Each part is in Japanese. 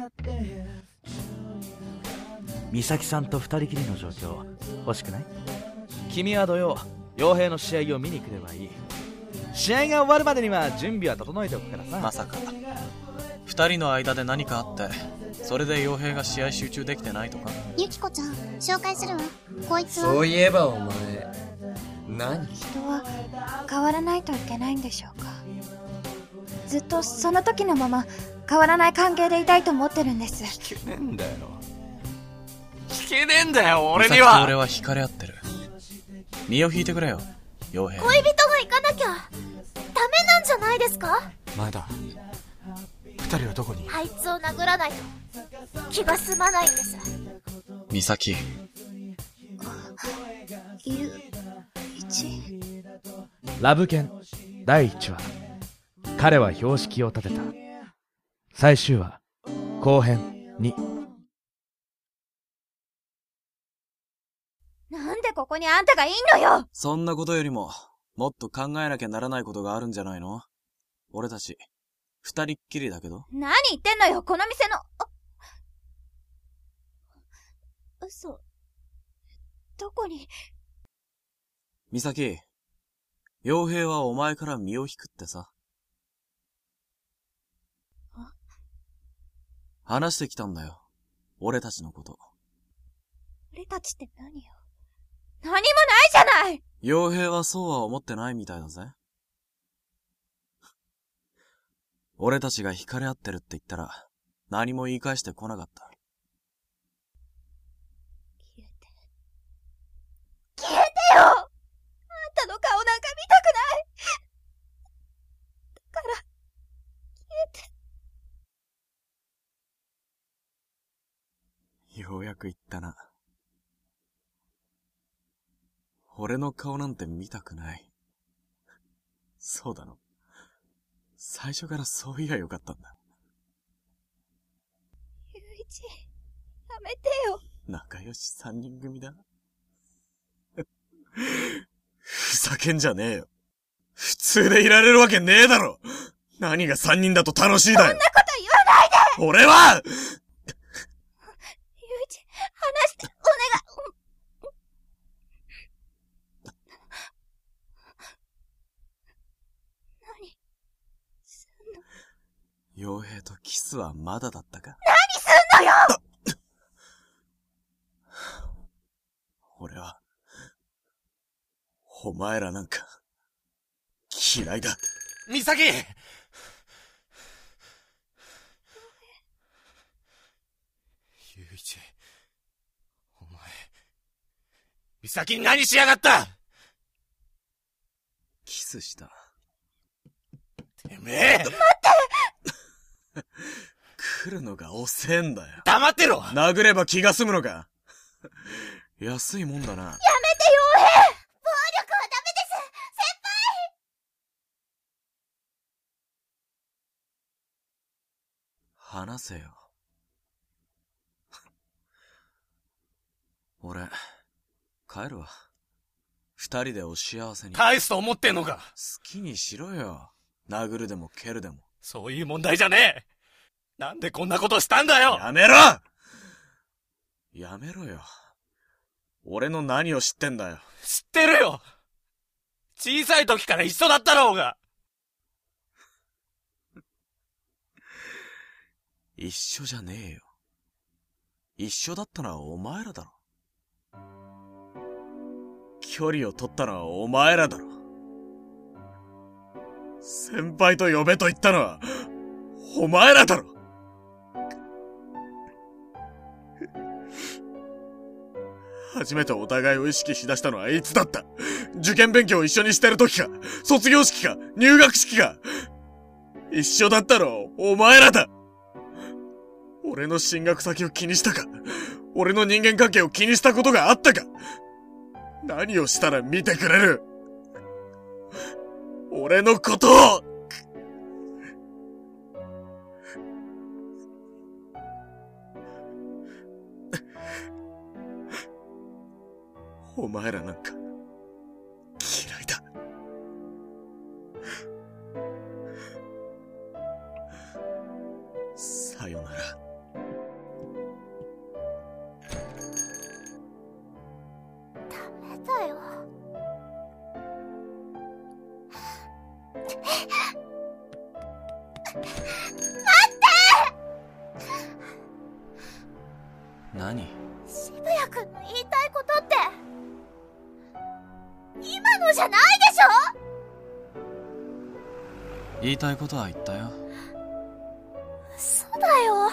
美咲さんと二人きりの状況欲しくない？ 君は土曜傭兵の試合を見に来ればいい。試合が終わるまでには準備は整えておくからさ。 まさか二人の間で何かあってそれで傭兵が試合集中できてないとか？ ユキコちゃん紹介するわ。こいつは。 そういえばお前何？ 人は変わらないといけないんでしょうか。ずっとその時のまま変わらない関係でいたいと思ってるんです。 聞けねえんだよ。聞けねえんだよ俺には。 美咲と俺は惹かれ合ってる。身を引いてくれよ傭兵。 恋人が行かなきゃダメなんじゃないですか？ まだ二人はどこに？ あいつを殴らないと気が済まないんです。 美咲。 ゆいち。 ラブ犬第1話。彼は標識を立てた。最終話後編2。 なんでここにあんたがいんのよ。 そんなことよりももっと考えなきゃならないことがあるんじゃないの？俺たち二人っきりだけど。 何言ってんのよこの店の。嘘。どこに？ 美咲、傭兵はお前から身を引くってさ。話してきたんだよ俺たちのこと。 俺たちって何よ。何もないじゃない。 傭兵はそうは思ってないみたいだぜ。俺たちが惹かれ合ってるって言ったら何も言い返してこなかった。 消えて。消えてよ。あんたの顔なんか見たくない。だから消えて。 ようやく言ったな。俺の顔なんて見たくない。そうだろ。最初からそういやよかったんだ。 ゆういち、やめてよ。 仲良し三人組だ。ふざけんじゃねえよ。普通でいられるわけねえだろ。何が三人だと楽しいだよ。 そんなこと言わないで。 俺はゆういち、話して、お願い。何すんの？ 傭兵とキスはまだだったか？ 何すんのよ。 俺はお前らなんか嫌いだ。 美咲！ゆういち、お前美咲に何しやがった！ キスした。 てめえ！待って！ 来るのが遅えんだよ。 黙ってろ！ 殴れば気が済むのか。安いもんだな。 やめて傭兵！暴力はダメです先輩！ 話せよ。俺、帰るわ。二人でお幸せに。 返すと思ってんのか？ 好きにしろよ。殴るでも蹴るでも。 そういう問題じゃねえ。なんでこんなことしたんだよ。 やめろ！やめろよ。俺の何を知ってんだよ。 知ってるよ。小さい時から一緒だったろうが。 一緒じゃねえよ。一緒だったのはお前らだろ。距離を取ったのはお前らだろ。先輩と呼べと言ったのはお前らだろ。初めてお互いを意識しだしたのはいつだった？受験勉強を一緒にしてる時か、卒業式か、入学式か。一緒だったのはお前らだ。俺の進学先を気にしたか、俺の人間関係を気にしたことがあったか。何をしたら見てくれる？俺のことを。お前らなんか嫌いだ。さよなら。 何？ 渋谷くんの言いたいことって、今のじゃないでしょ。 言いたいことは言ったよ。 嘘だよ。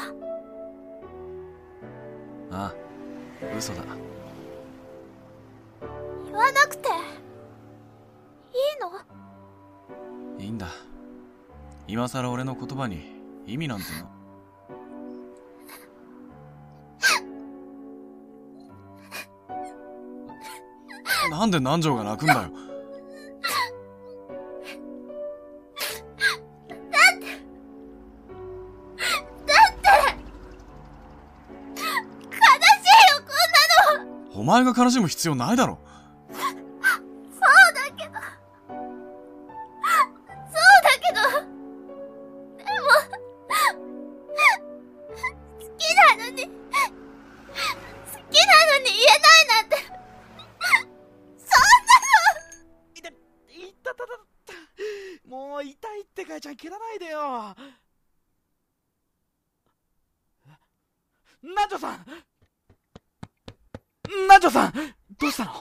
ああ、嘘だ。 言わなくていいの？ いいんだ。今さら俺の言葉に意味なんての。なんで南條が泣くんだよ。お前が悲しむ必要ないだろ。 そうだけど、でも、好きなのに言えないなんて、そんいたたたた。もう痛いってかいちゃん蹴らないでよ。南條さん、南條さん、どうしたの？ 先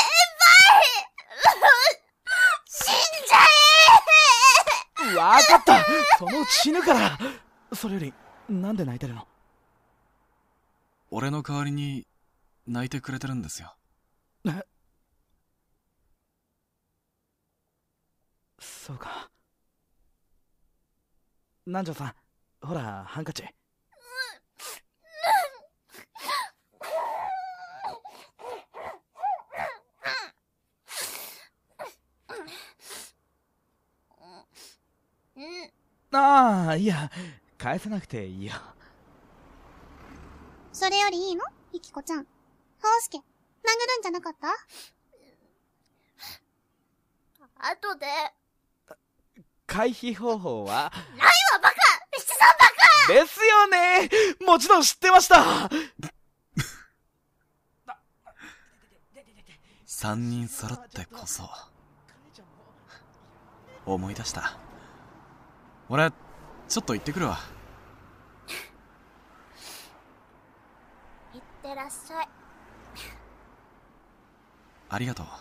輩死んじゃえ。 わかった、そのうち死ぬから。それより、なんで泣いてるの？ 俺の代わりに泣いてくれてるんですよ。 そうか。南條さん、ほら、ハンカチ。ああ、いや、返さなくていいよ。 それよりいいの？ゆきこちゃん。ほうすけ、殴るんじゃなかった？ 後で。 回避方法は？ ないわ、バカ！七さんバカ！ ですよね！もちろん知ってました 3人揃ってこそ。思い出した。俺、ちょっと行ってくるわ。 いってらっしゃい。 ありがと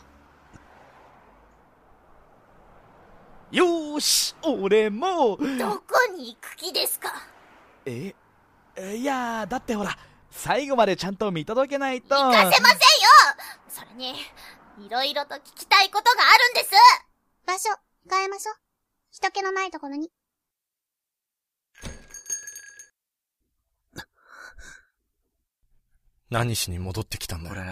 う。 よーし、俺も。 どこに行く気ですか？ いやだってほら、最後までちゃんと見届けないと。 行かせませんよ。それに、いろいろと聞きたいことがあるんです。 場所、変えましょう。人気のないところに。 何しに戻ってきたんだ？俺、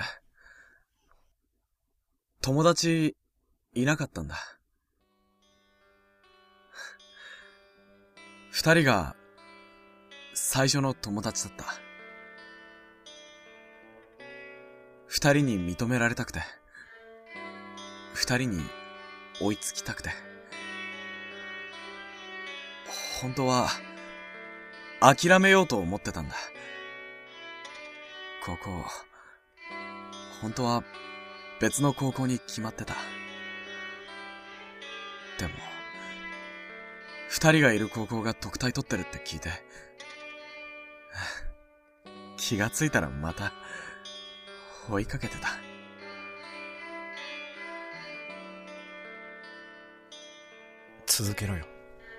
友達いなかったんだ。2人が最初の友達だった。2人に認められたくて、2人に追いつきたくて。本当は諦めようと思ってたんだ。高校、本当は別の高校に決まってた。でも、2人がいる高校が特待取ってるって聞いて、気がついたらまた追いかけてた。続けろよ。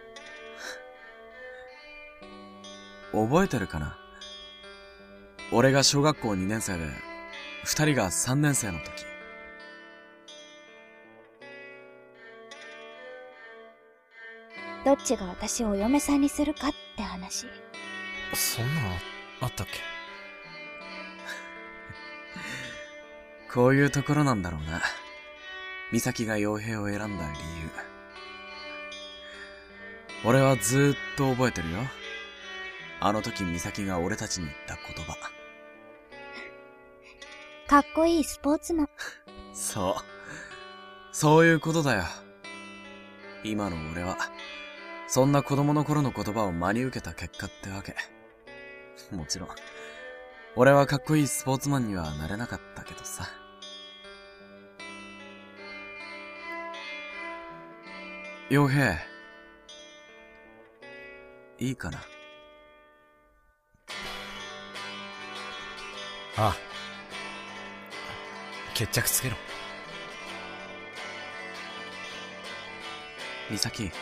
覚えてるかな？俺が小学校2年生で、2人が3年生の時。 どっちが私をお嫁さんにするかって話。 そんなのあったっけ？こういうところなんだろうな。美咲が傭兵を選んだ理由。俺はずーっと覚えてるよ。あの時美咲が俺たちに言った言葉。 かっこいいスポーツマン。 そう。そういうことだよ。今の俺は、そんな子供の頃の言葉を真に受けた結果ってわけ。もちろん、俺はかっこいいスポーツマンにはなれなかったけどさ。傭兵、 いいかな。 ああ。決着つけろ。 美咲。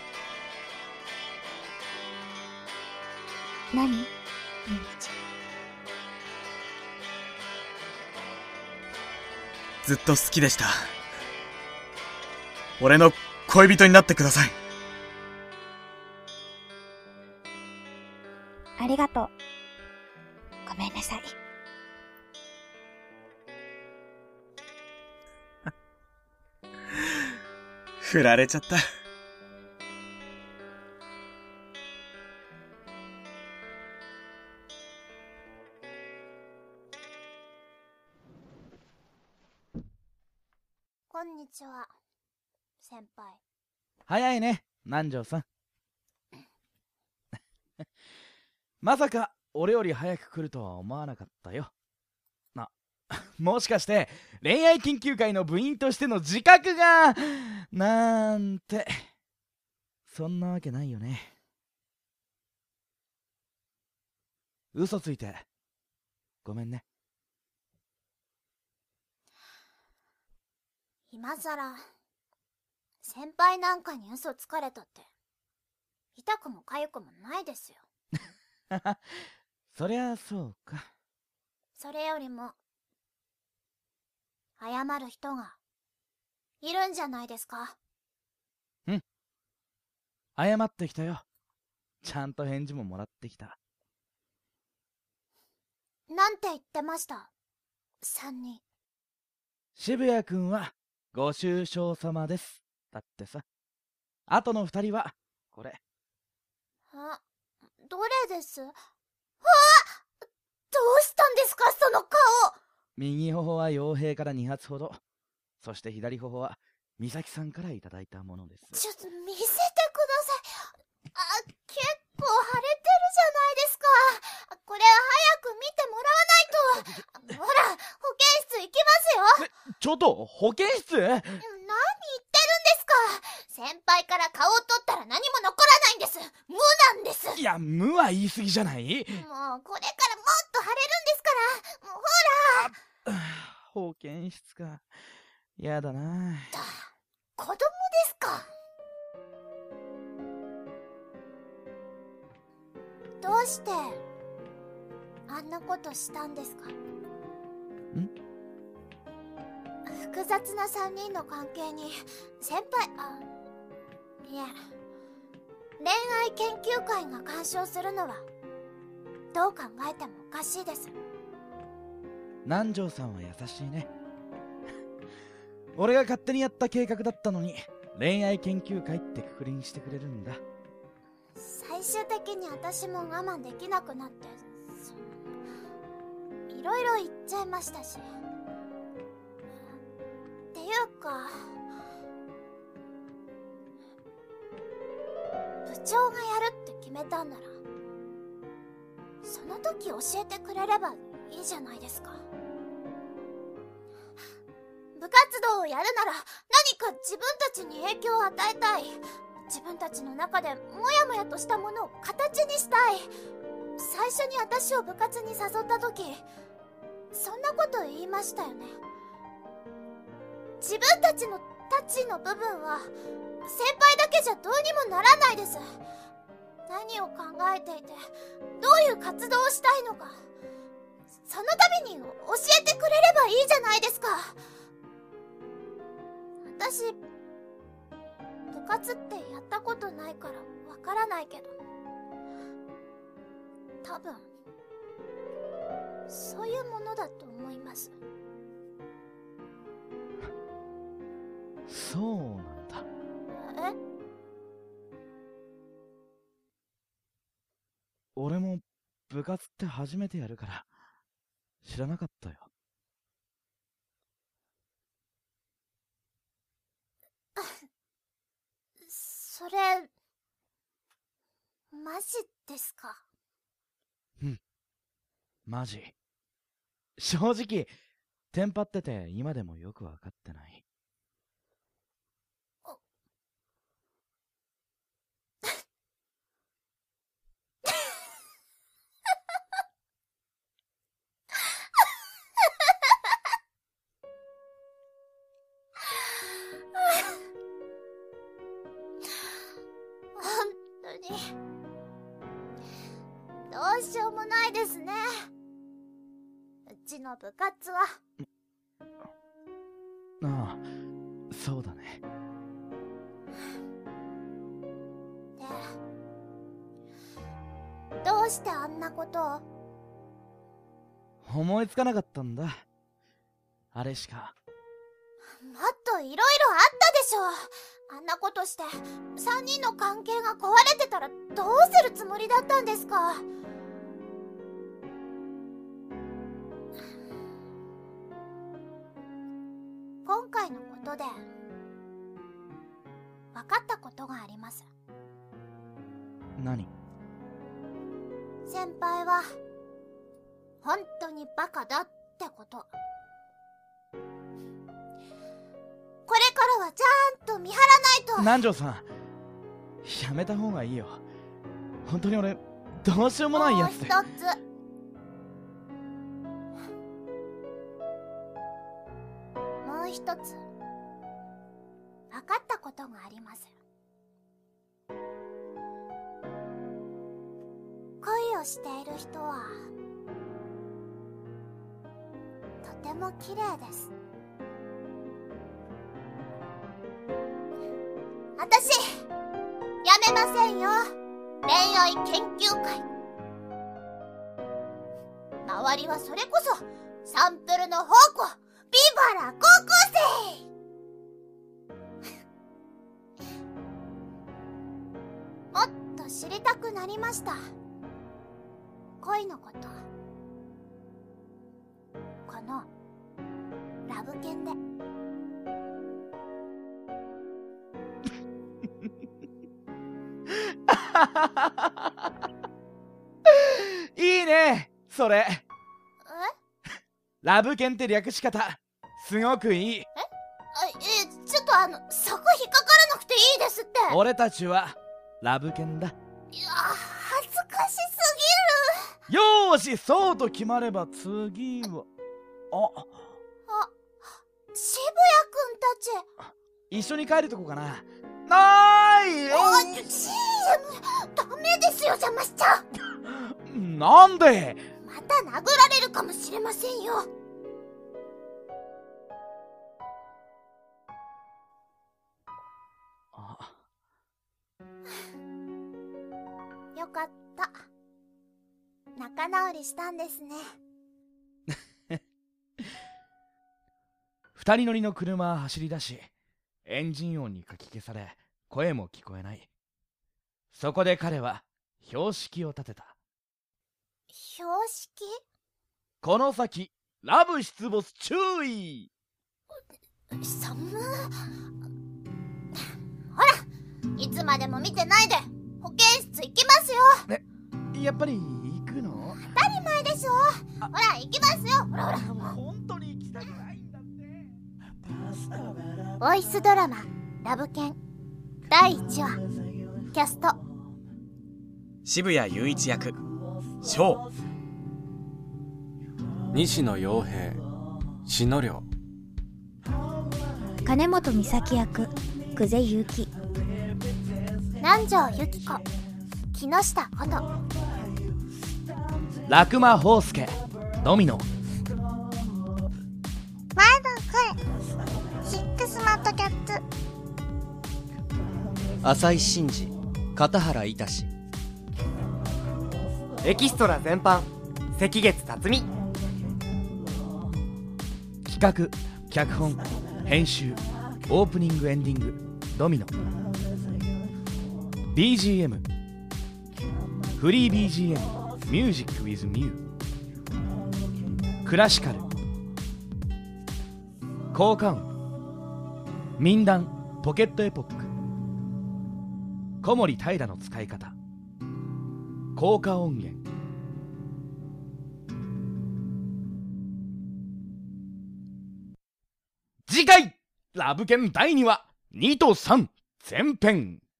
何？みゆきちずっと好きでした。俺の恋人になってください。 ゃん。ありがとう。ごめんなさい。 振られちゃった。 こんにちは、先輩。 早いね、南條さん。まさか俺より早く来るとは思わなかったよ。もしかして恋愛研究会の部員としての自覚がなんて、そんなわけないよね。嘘ついてごめんね。 今さら先輩なんかに嘘つかれたって痛くも痒くもないですよ。 そりゃそうか。 それよりも謝る人がいるんじゃないですか。 うん、謝ってきたよ。ちゃんと返事ももらってきた。 なんて言ってました、3人。 渋谷くんはご愁傷様ですだってさ。あとの2人はこれ。 あ、どれです？あ、どうしたんですか、その顔。 右頬は傭兵から2発ほど、そして左頬は美咲さんからいただいたものです。 ちょっと見せてください。あ、結構腫れてるじゃないですか。これ早く見てもらわないと。ほら、保健室行きますよ。 ちょっと保健室？ 何言ってるんですか。先輩から顔を取ったら何も残らないんです。無なんです。 いや、無は言い過ぎじゃない？ もうこれからもっと腫れるんですから。もうほら。 保健室か。やだな。 子供ですか。どうしてあんなことしたんですか？複雑な3人の関係に先輩、いえ、恋愛研究会が干渉するのはどう考えてもおかしいです。 南條さんは優しいね。俺が勝手にやった計画だったのに恋愛研究会ってくくりにしてくれるんだ。 最終的に私も我慢できなくなって、いろいろ言っちゃいましたし。っていうか、部長がやるって決めたんならその時教えてくれればいいじゃないですか。部活動をやるなら何か自分たちに影響を与えたい。自分たちの中でモヤモヤとしたものを形にしたい。最初に私を部活に誘った時そんなこと言いましたよね。自分たちのタッチの部分は先輩だけじゃどうにもならないです。何を考えていてどういう活動をしたいのか、そのために教えてくれればいいじゃないですか。私部活ってやったことないからわからないけど、多分そういうものだと思います。 そうなんだ。 え？ 俺も部活って初めてやるから知らなかったよ。 それマジですか？ うん、マジ。正直テンパってて今でもよくわかってない。 うしようもないですね。うちの部活は。 ああ、そうだね。 で、どうしてあんなことを？ 思いつかなかったんだ。あれしか。 もっといろいろあったでしょ。あんなことして3人の関係が壊れてたらどうするつもりだったんですか？今回のことで分かったことがあります。 何？ 先輩は本当にバカだってこと。これからはちゃんと見張らないと。 南條さん、やめた方がいいよ。本当に俺どうしようもないやつで。 もう一つ。もう一つ分かったことがあります。恋をしている人はとても綺麗です。私やめませんよ、恋愛研究会。周りはそれこそサンプルの宝庫、ビバラ高校生。もっと知りたくなりました、恋のこと。このラブ犬で。 いいねそれ。 え？ ラブ犬って略し方すごくいい。 ちょっとそこ引っかからなくていいですって。 俺たちはラブ犬だ。 いや、恥ずかしすぎる。よーし、そうと決まれば次は渋谷くんたち一緒に帰るとこかな。なーいよ。 CM ダメですよ、邪魔しちゃう。なんで？ また殴られるかもしれませんよ。よかった、仲直りしたんですね。 二人乗りの車は走り出し、エンジン音にかき消され、声も聞こえない。そこで彼は標識を立てた。 標識？ この先ラブ出没注意。 寒ほら、いつまでも見てないで保健室行きますよ。 やっぱり行くの？ 当たり前でしょ。ほら行きますよ。ほらほら。 本当に行きたくないんだって。 ボイスドラマラブ犬第1話。キャスト渋谷雄一役翔、 西野陽平篠亮、 金本美咲役久世結城、 南條由紀子木下琴、 落間宝介ドミノ、 前田声シックスマットキャッツ、 浅井真司片原いたし、 エキストラ全般関月辰巳、 企画、脚本、編集、オープニングエンディングドミノ、 BGM フリー BGM ミュージック with ミュー、クラシカル、効果音、民談ポケットエポック、小森平の使い方、効果音源。次回ラブ犬第2話2と3前編。